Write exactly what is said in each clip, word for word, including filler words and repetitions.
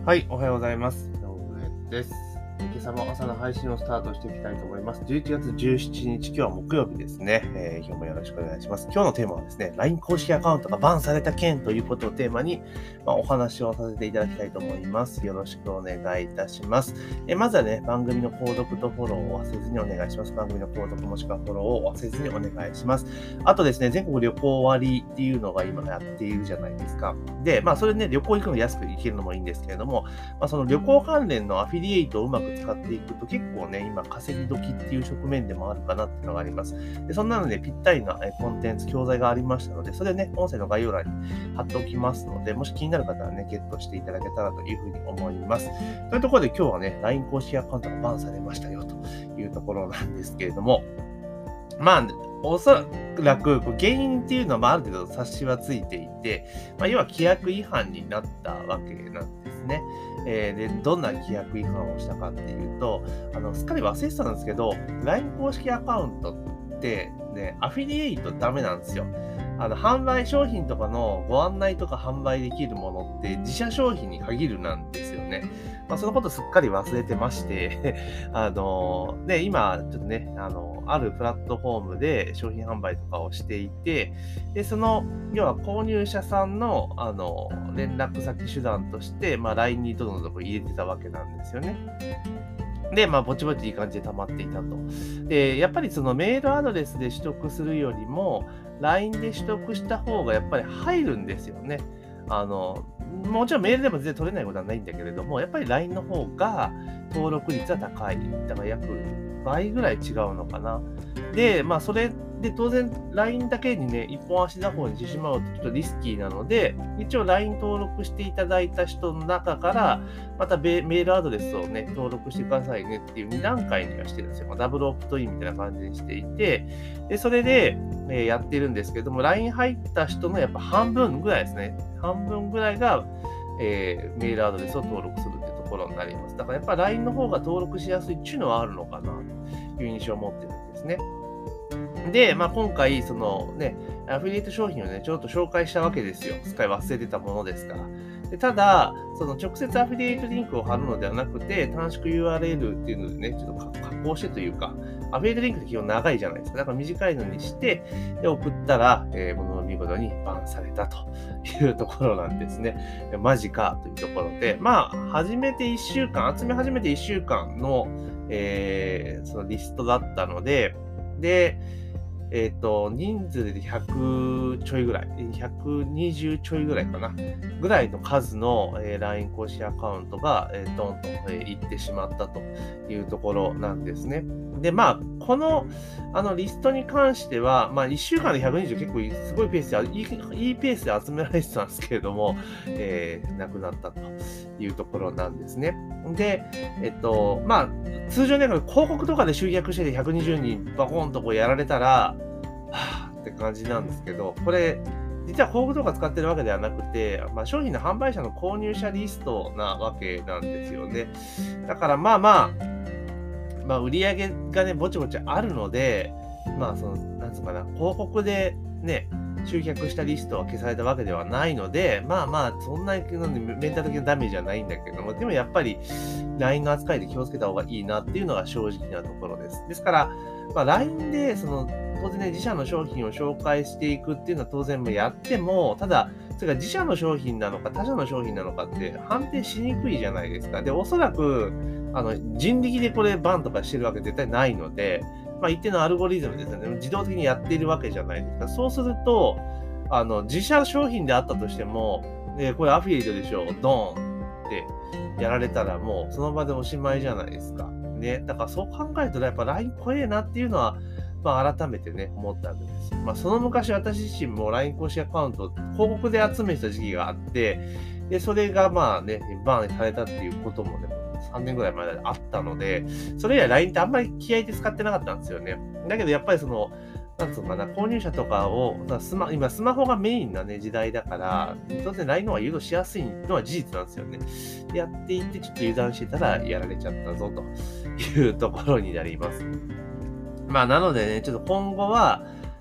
はい、おはようございます。井上です。今朝も朝の配信をスタートしていきたいと思います。じゅういちがつじゅうしちにち、今日は木曜日ですね。えー、今日もよろしくお願いします。今日のテーマはですね、ライン 公式アカウントがバンされた件ということをテーマに、まあ、お話をさせていただきたいと思います。よろしくお願いいたします。えー、まずはね、番組の購読とフォローを忘れずにお願いします。番組の購読もしくはフォローを忘れずにお願いします。あとですね、全国旅行割っていうのが今やっているじゃないですか。で、まあそれね、旅行行くの安く行けるのもいいんですけれども、まあ、その旅行関連のアフィリエイトをうまく使っていくと結構ね、今稼ぎ時っていう側面でもあるかなっていうのがあります。で、そんなのでぴったりなコンテンツ、教材がありましたので、それね、音声の概要欄に貼っておきますので、もし気になる方はね、ゲットしていただけたらというふうに思います。というところで今日はね、ライン 公式アカウントがバンされましたよというところなんですけれども、まあ、おそらく原因っていうのは、まあ、ある程度察しはついていて、まあ、要は規約違反になったわけなんですね。えー、で、どんな規約違反をしたかっていうと、あの、すっかり忘れてたんですけど、ライン 公式アカウントってね、アフィリエイトダメなんですよ。あの、販売商品とかのご案内とか販売できるものって自社商品に限るなんですよね。まあ、そのことすっかり忘れてましてあの、で、今、ちょっとね、あの、あるプラットフォームで商品販売とかをしていて、で、その、要は購入者さんの、あの、連絡先手段として、まあ、ライン にどんどん入れてたわけなんですよね。で、まあ、ぼちぼちいい感じで溜まっていたと。で、やっぱりそのメールアドレスで取得するよりも、ライン で取得した方がやっぱり入るんですよね。あの、もちろんメールでも全然取れないことはないんだけれども、やっぱり ライン の方が登録率は高い。だから約倍ぐらい違うのかな。で、まあ、それで当然 ライン だけにね、一本足打法にしてしまうとちょっとリスキーなので、一応 ライン 登録していただいた人の中から、またメールアドレスをね、登録してくださいねっていうにだんかいにはしてるんですよ。まあ、ダブルオプトインみたいな感じにしていて、で、それで、えーやってるんですけども、ライン 入った人のやっぱ半分ぐらいですね。半分ぐらいが、えーメールアドレスを登録するってところになります。だからやっぱ ライン の方が登録しやすいっていうのはあるのかなという印象を持ってるんですね。で、まあ、今回、そのね、アフィリエイト商品をね、ちょっと紹介したわけですよ。すっかり忘れてたものですから。でただ、その直接アフィリエイトリンクを貼るのではなくて、短縮 ユーアールエル っていうのでね、ちょっと加工してというか、アフィリエイトリンクって基本長いじゃないですか。だから短いのにして、で送ったら、えー、ものの見事にバンされたというところなんですね。でマジかというところで、まあ、始めていっしゅうかん、集め始めていっしゅうかんの、えー、そのリストだったので、で、えっと、人数でひゃくちょいぐらい、ひゃくにじゅうちょいぐらいかな、ぐらいの数の、えー ライン 公式アカウントが、えー、ドンと、えー、行ってしまったというところなんですね。で、まあ、この、あの、リストに関しては、まあ、いっしゅうかんでひゃくにじゅう結構すごいペースで、いいいいペースで集められてたんですけれども、えー、なくなったというところなんですね。で、えっと、まあ、通常ね、広告とかで集客しててひゃくにじゅうにんバコンとこうやられたら、はぁって感じなんですけど、これ、実は広告とか使ってるわけではなくて、まあ、商品の販売者の購入者リストなわけなんですよね。だからまあまあ、まあ、売り上げがね、ぼちぼちあるので、まあ、その、なんつうかな、広告でね、集客したリストは消されたわけではないので、まあまあ、そんなにメンタル的なダメージはないんだけども、でもやっぱり ライン の扱いで気をつけた方がいいなっていうのが正直なところです。ですから、まあ、ライン で、その、当然ね、自社の商品を紹介していくっていうのは当然やっても、ただ、それが自社の商品なのか他社の商品なのかって判定しにくいじゃないですか。で、おそらく、あの、人力でこれバンとかしてるわけ絶対ないので、まあ、一定のアルゴリズムですよね。自動的にやっているわけじゃないですか。そうすると、あの、自社商品であったとしても、えーこれアフィリエイトでしょ、ドーンってやられたらもうその場でおしまいじゃないですか。ね。だからそう考えるとやっぱ ライン 怖えなっていうのは、まあ改めてね、思ったわけです。まあその昔私自身も ライン 公式アカウントを広告で集めてた時期があって、で、それがまあね、バーンされたっていうこともね、さんねんぐらい前であったので、それ以来 ライン ってあんまり気合で使ってなかったんですよね。だけどやっぱりその、なんつうのかな、購入者とかを、スマ今スマホがメインなね、時代だから、当然 ライン の方が誘導しやすいのは事実なんですよね。でやっていってちょっと油断してたらやられちゃったぞというところになります。まあなのでね、ちょっと今後は、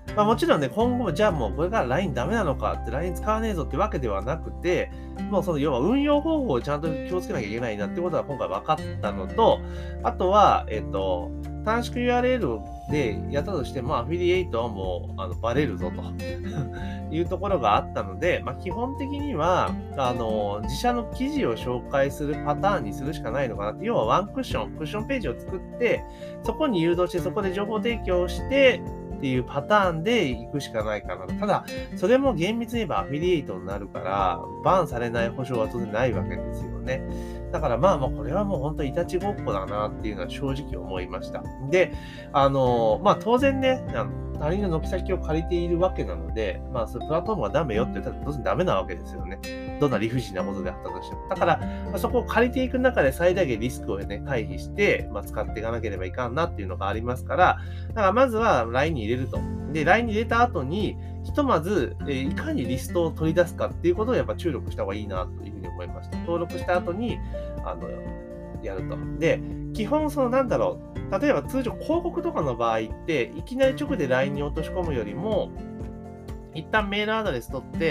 まあ、もちろんね、今後もじゃあもうこれから ライン ダメなのかって ライン 使わねえぞってわけではなくて、もうその要は運用方法をちゃんと気をつけなきゃいけないなってことが今回分かったのと、あとは、えっと、短縮 ユーアールエル でやったとしても、アフィリエイトはもうあのバレるぞというところがあったので、まあ、基本的には、あの、自社の記事を紹介するパターンにするしかないのかなって、要はワンクッション、クッションページを作って、そこに誘導して、そこで情報提供して、っていうパターンで行くしかないかなと。ただ、それも厳密に言えばアフィリエイトになるから、バンされない保証は当然ないわけですよね。だからまあまあ、これはもう本当にいたちごっこだなっていうのは正直思いました。で、あの、まあ当然ね、あの他人の軒先を借りているわけなので、まあそれプラットフォームはダメよって言ったら当然ダメなわけですよね。どんな理不尽なことであったとしても。だから、まあ、そこを借りていく中で最大限リスクをね、回避して、まあ、使っていかなければいかんなっていうのがありますから、だからまずは ライン に入れると。で、ライン に入れた後に、ひとまず、えー、いかにリストを取り出すかっていうことをやっぱ注力した方がいいなというふうに思いました。登録した後に、あの、やると。で、基本そのなんだろう、例えば通常広告とかの場合って、いきなり直で ライン に落とし込むよりも、一旦メールアドレス取って、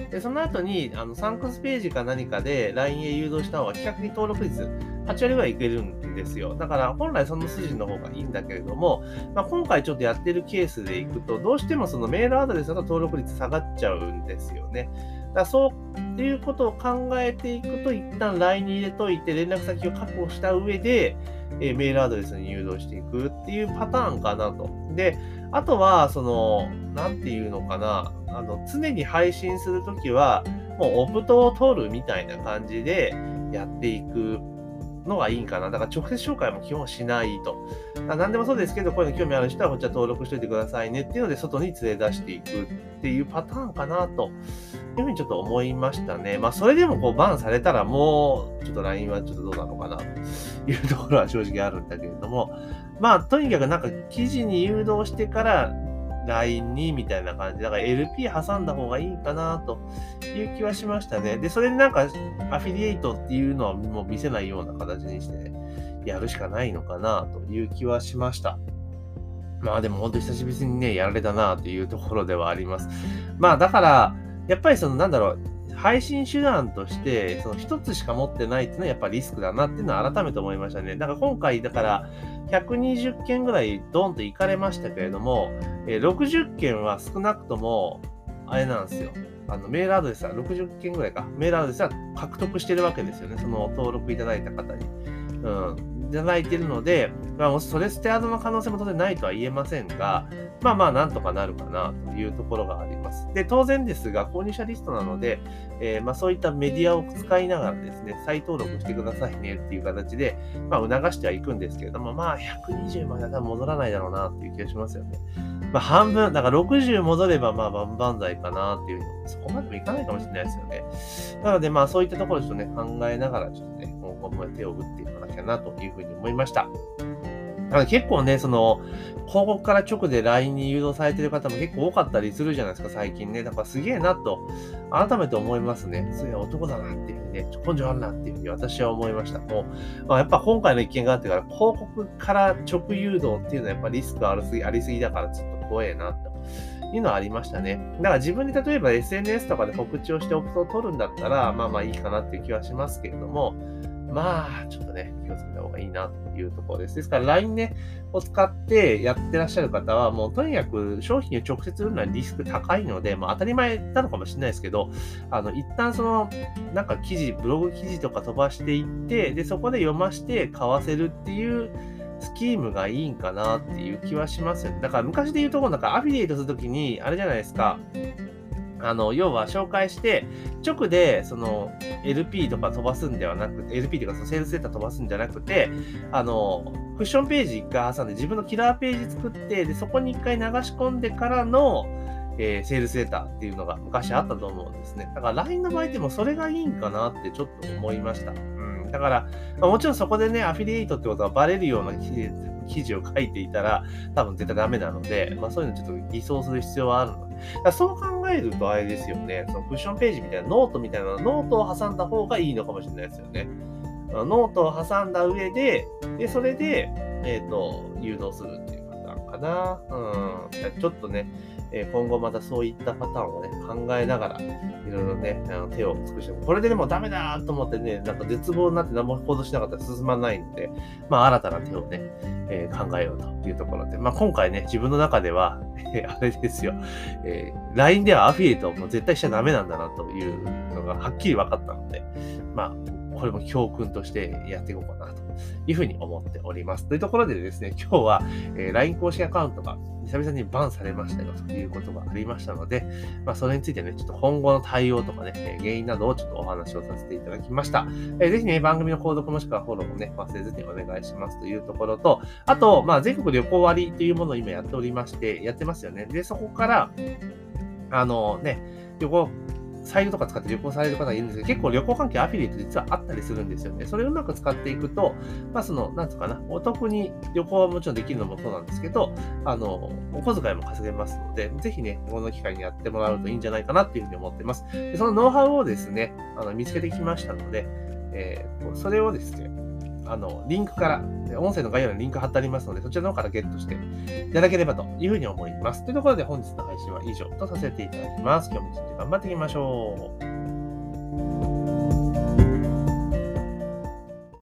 でその後にあのサンクスページか何かで ライン へ誘導した方が比較的登録率はち割ぐらいいけるんですよ。だから本来その筋の方がいいんだけれども、まあ、今回ちょっとやってるケースでいくと、どうしてもそのメールアドレスだと登録率下がっちゃうんですよね。だからそういうことを考えていくと、一旦 ライン に入れといて連絡先を確保した上で、えーメールアドレスに誘導していくっていうパターンかなと。で、あとは、その、なんていうのかな、あの、常に配信するときは、もうオプトを取るみたいな感じでやっていくのがいいかな。だから直接紹介も基本しないと。何でもそうですけど、こういうの興味ある人はこっちは登録しといてくださいねっていうので、外に連れ出していくっていうパターンかなというふうにちょっと思いましたね。まあ、それでもこうバンされたらもう、ちょっと ライン はちょっとどうなのかなというところは正直あるんだけれども、まあ、とにかくなんか記事に誘導してから ライン にみたいな感じ。だから エルピー 挟んだ方がいいかなという気はしましたね。で、それでなんかアフィリエイトっていうのはもう見せないような形にしてやるしかないのかなという気はしました。まあでも本当に久しぶりにね、やられたなというところではあります。まあだから、やっぱりそのなんだろう、配信手段として、その一つしか持ってないっていうのはやっぱりリスクだなっていうのは改めて思いましたね。だから今回、だからひゃくにじゅっけんぐらいドンと行かれましたけれども、えーろくじゅっけんは少なくとも、あれなんですよ。あのメールアドレスはろくじゅっけんぐらいか。メールアドレスは獲得してるわけですよね。その登録いただいた方に。うん。いただいているので、まあ、それステアードの可能性も当然ないとは言えませんが、まあまあなんとかなるかなというところがあります。で、当然ですが、購入者リストなので、えー、まあそういったメディアを使いながらですね、再登録してくださいねっていう形で、まあ促してはいくんですけれども、まあひゃくにじゅうまでは多分戻らないだろうなっていう気がしますよね。まあ半分、だからろくじゅう戻ればまあ万々歳かなっていう、そこまでもいかないかもしれないですよね。なのでまあそういったところちょっとね、考えながらちょっとね、今後も手を打っていかなきゃなというふうに思いました。なので結構ね、その、広告から直で ライン に誘導されてる方も結構多かったりするじゃないですか、最近ね。だからすげえなと、改めて思いますね。そういう男だなっていうふうにね、根性あるなっていうふうに私は思いました。もう、まあ、やっぱ今回の一件があってから、広告から直誘導っていうのはやっぱリスクありすぎ、ありすぎだからちょっと怖えなと。いうのはありましたね。だから自分で例えば エスエヌエス とかで告知をしてオプトを取るんだったら、まあまあいいかなっていう気はしますけれども、まあ、ちょっとね、気をつけた方がいいなというところです。ですから ライン ね、を使ってやってらっしゃる方は、もうとにかく商品を直接売るのはリスク高いので、まあ当たり前なのかもしれないですけど、あの、一旦その、なんか記事、ブログ記事とか飛ばしていって、で、そこで読まして買わせるっていうスキームがいいんかなっていう気はしますよね。だから昔で言うところなんかアフィリエイトするときに、あれじゃないですか。あの、要は紹介して、直で、その、エルピー とか飛ばすんではなくて、エルピー とかそのセールスデータ飛ばすんじゃなくて、あの、クッションページ一回挟んで、自分のキラーページ作って、で、そこに一回流し込んでからの、えー、セールスデータっていうのが昔あったと思うんですね。だから ライン の場合でもそれがいいんかなってちょっと思いました。うん。だから、まあ、もちろんそこでね、アフィリエイトってことはバレるような記事を書いていたら、多分絶対ダメなので、まあそういうのちょっと偽装する必要はあるので、だからそう考えるとあれですよね、そのクッションページみたいなノートみたいなノートを挟んだ方がいいのかもしれないですよね。ノートを挟んだ上で、で、それで、えっと、誘導するっていうパターンかかな。うん。ちょっとね、えー今後またそういったパターンをね、考えながら、いろいろね、あの手を尽くしても、これででもダメだと思ってね、なんか絶望になって何も行動しなかったら進まないので、まあ新たな手をね、えー考えようというところで、まあ今回ね、自分の中では、えーあれですよ、えー ライン ではアフィリエイトをもう絶対しちゃダメなんだなというのがはっきり分かったので、まあ、これも教訓としてやっていこうかなというふうに思っております。というところでですね、今日は、えー ライン 公式アカウントが久々にバンされましたよということがありましたので、まあ、それについてね、ちょっと今後の対応とかね、えー原因などをちょっとお話をさせていただきました。えーぜひね、番組の購読もしくはフォローもね、忘れずにお願いしますというところと、あと、まあ、全国旅行割というものを今やっておりまして、やってますよね。で、そこから、あのね、旅行、サイトとか使って旅行される方がいるんですけど、結構旅行関係アフィリエイト実はあったりするんですよね。それをうまく使っていくと、まあその、なんつうかな、お得に旅行はもちろんできるのもそうなんですけど、あの、お小遣いも稼げますので、ぜひね、この機会にやってもらうといいんじゃないかなっていうふうに思ってます。でそのノウハウをですね、あの見つけてきましたので、えー、それをですね、あの、リンクから、音声の概要欄にリンク貼ってありますので、そちらの方からゲットしていただければというふうに思います。というところで本日の配信は以上とさせていただきます。今日も一日頑張っていきましょう。